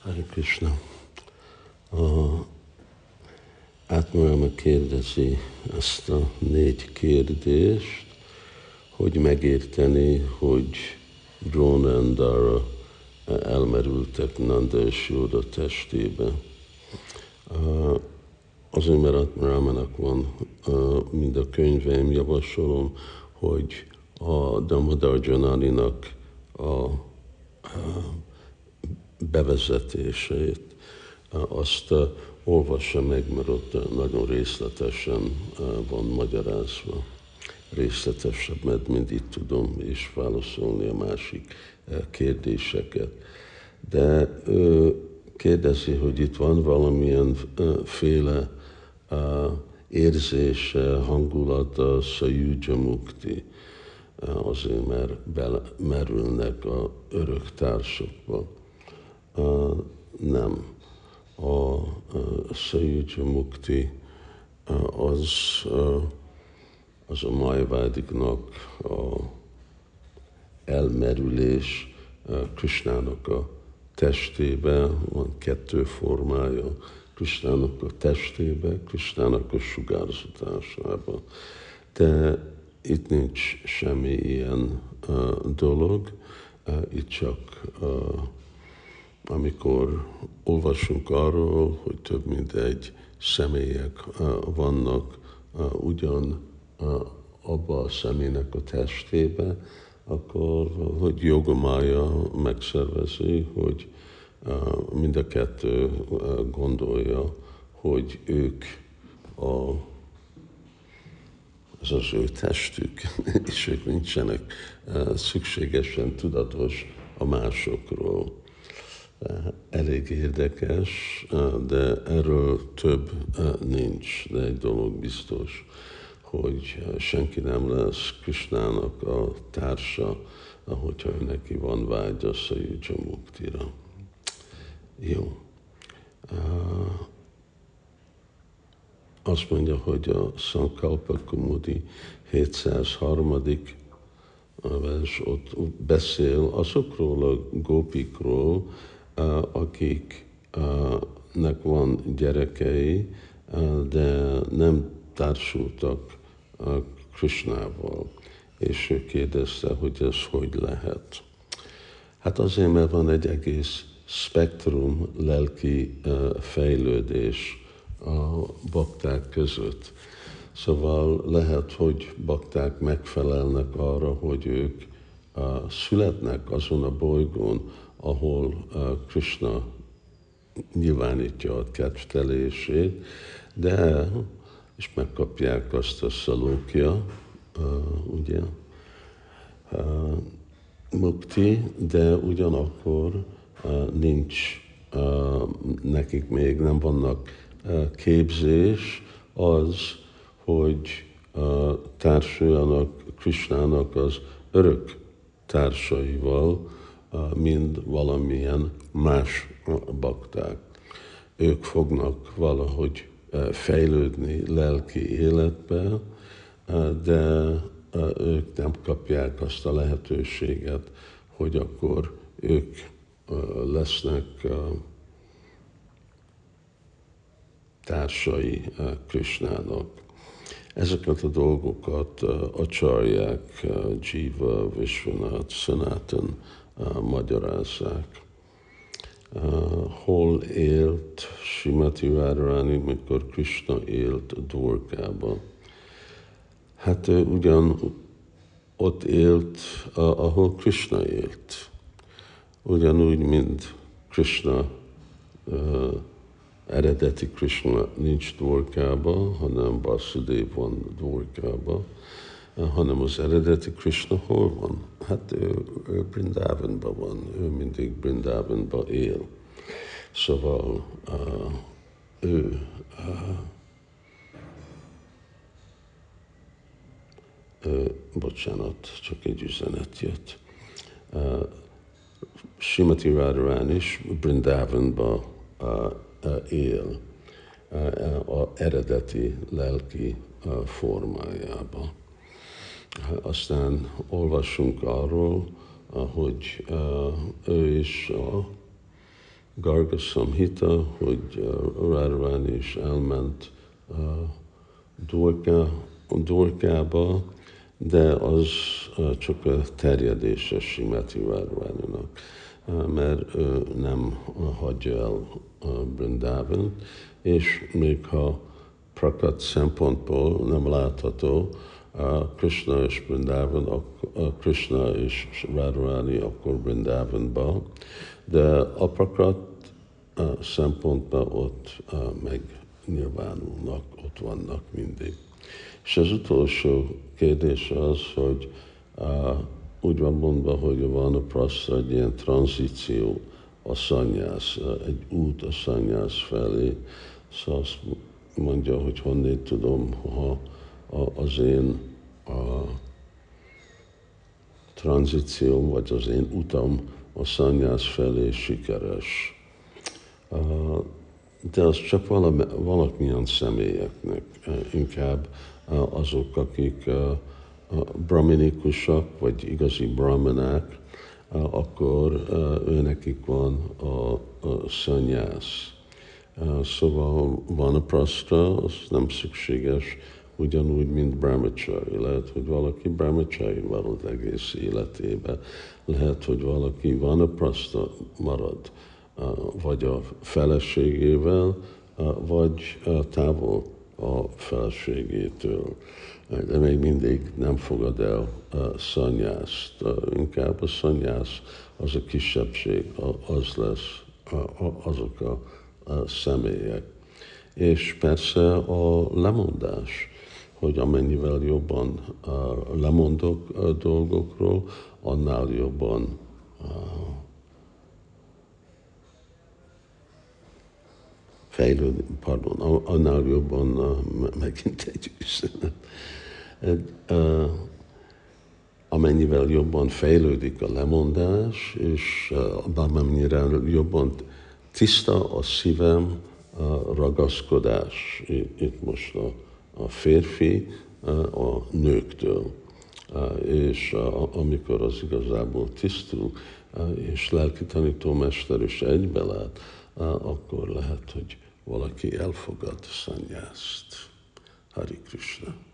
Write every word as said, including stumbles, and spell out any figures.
Hare Krishna. A Átmarama kérdezi ezt a négy kérdést, hogy megérteni, hogy Drónandara elmerültek Nanda és Jóda testébe. Azért, mert Átmaramának van mind a könyveim, javasolom, hogy a Dhammadarjananinak a bevezetését, azt uh, olvassa meg, mert ott uh, nagyon részletesen uh, van magyarázva. Részletesebb, mert mind itt tudom és válaszolni a másik uh, kérdéseket. De ő kérdezi, hogy itt van valamilyen uh, féle uh, érzése, hangulata, Sayuja Mukti, uh, azért, mert belemerülnek a örök társakba. Uh, nem. A uh, Sayuja Mukti uh, az, uh, az a Májavádiknak a elmerülés uh, Krishnának a testébe, van kettő formája, Krishnának a testébe, Krishnának a sugárzatásába. De itt nincs semmi ilyen uh, dolog, uh, itt csak uh, amikor olvasunk arról, hogy több mint egy személyek vannak ugyan abba a személynek a testébe, akkor hogy Jogamája megszervezi, hogy mind a kettő gondolja, hogy ők a, ez az ő testük, és ők nincsenek szükségesen tudatos a másokról. Elég érdekes, de erről több nincs. De egy dolog biztos, hogy senki nem lesz Krishnának a társa, ahogyha ő neki van vágya Sayuja Muktira. Jó. Azt mondja, hogy a Sankalpa Kumudi hétszázharmadik vers ott beszél azokról a gópikról, akiknek van gyerekei, de nem társultak Krishnával. És ő kérdezte, hogy ez hogy lehet. Hát azért, mert van egy egész spektrum lelki fejlődés a bakták között. Szóval lehet, hogy bakták megfelelnek arra, hogy ők uh, születnek azon a bolygón, ahol uh, Krishna nyilvánítja a kedvtelését, de és megkapják azt a szalókja, uh, ugye, uh, mukti, de ugyanakkor uh, nincs uh, nekik még, nem vannak uh, képzés az, hogy uh, társuljanak Krishnának az örök társaival, uh, mind valamilyen más bakták. Ők fognak valahogy uh, fejlődni lelki életbe, uh, de uh, ők nem kapják azt a lehetőséget, hogy akkor ők uh, lesznek uh, társai uh, Krishnának. Ezeket a dolgokat uh, acsarják, uh, Jiva, Vishwanath, Sanatan uh, magyarázzák. Uh, hol élt Srimati Radharani, mikor Krishna élt Dwarkába? Hát uh, ugyan ott élt, uh, ahol Krishna élt. Ugyanúgy, mint Krishna uh, eredeti Krishna nincs Dwarkába, hanem Vasudev van Dwarkába, hanem az eredeti Krishna hol van? Hát ő, ő Brindavanban van, ő mindig Brindavanban él. Szóval uh, ő uh, uh, bocsánat, csak egy üzenet jött. Uh, Srimati Radharani is Brindavanban uh, él az eredeti lelki formájába. Aztán olvassunk arról, hogy ő is a Garga Samhita, hogy Radharani is elment Dwarka, Dwarkába, de az csak a terjedése Srimati Radharaninak, mert ő nem hagyja el Brindávant, és még ha prakat szempontból nem látható, Krishna és Brindavan, Krishna és Radharani akkor Brindavanban, de a prakat szempontban ott megnyilvánulnak, ott vannak mindig. És az utolsó kérdés az, hogy uh, úgy van mondva, hogy a vanapraszta egy ilyen tranzíció a szanyász, egy út a szanyász felé. Szóval azt mondja, hogy honnét tudom, ha az én a tranzícióm, vagy az én utam a szanyász felé sikeres. Uh, de az csak valami, valamilyen személyeknek, inkább azok, akik brahminikusak, vagy igazi brahmanák, akkor őnekik van a, a szanyász. Szóval vanapraszta, az nem szükséges, ugyanúgy, mint brahmachari. Lehet, hogy valaki brahmachari marad egész életében. Lehet, hogy valaki vanapraszta marad, vagy a feleségével, vagy távol a feleségétől. De még mindig nem fogad el a szanyászt. Inkább a szanyász az a kisebbség, az lesz, azok a személyek. És persze a lemondás, hogy amennyivel jobban lemondok a dolgokról, annál jobban fejlődik, pardon, annál jobban megint egy üzenet. Amennyivel jobban fejlődik a lemondás, és amennyire jobban tiszta a szívem, a ragaszkodás, itt most a, a férfi a nőktől. És amikor az igazából tisztul, és lelki tanítómester is egybelát, akkor lehet, hogy valaki elfogad szanyászt. Hari Krishna.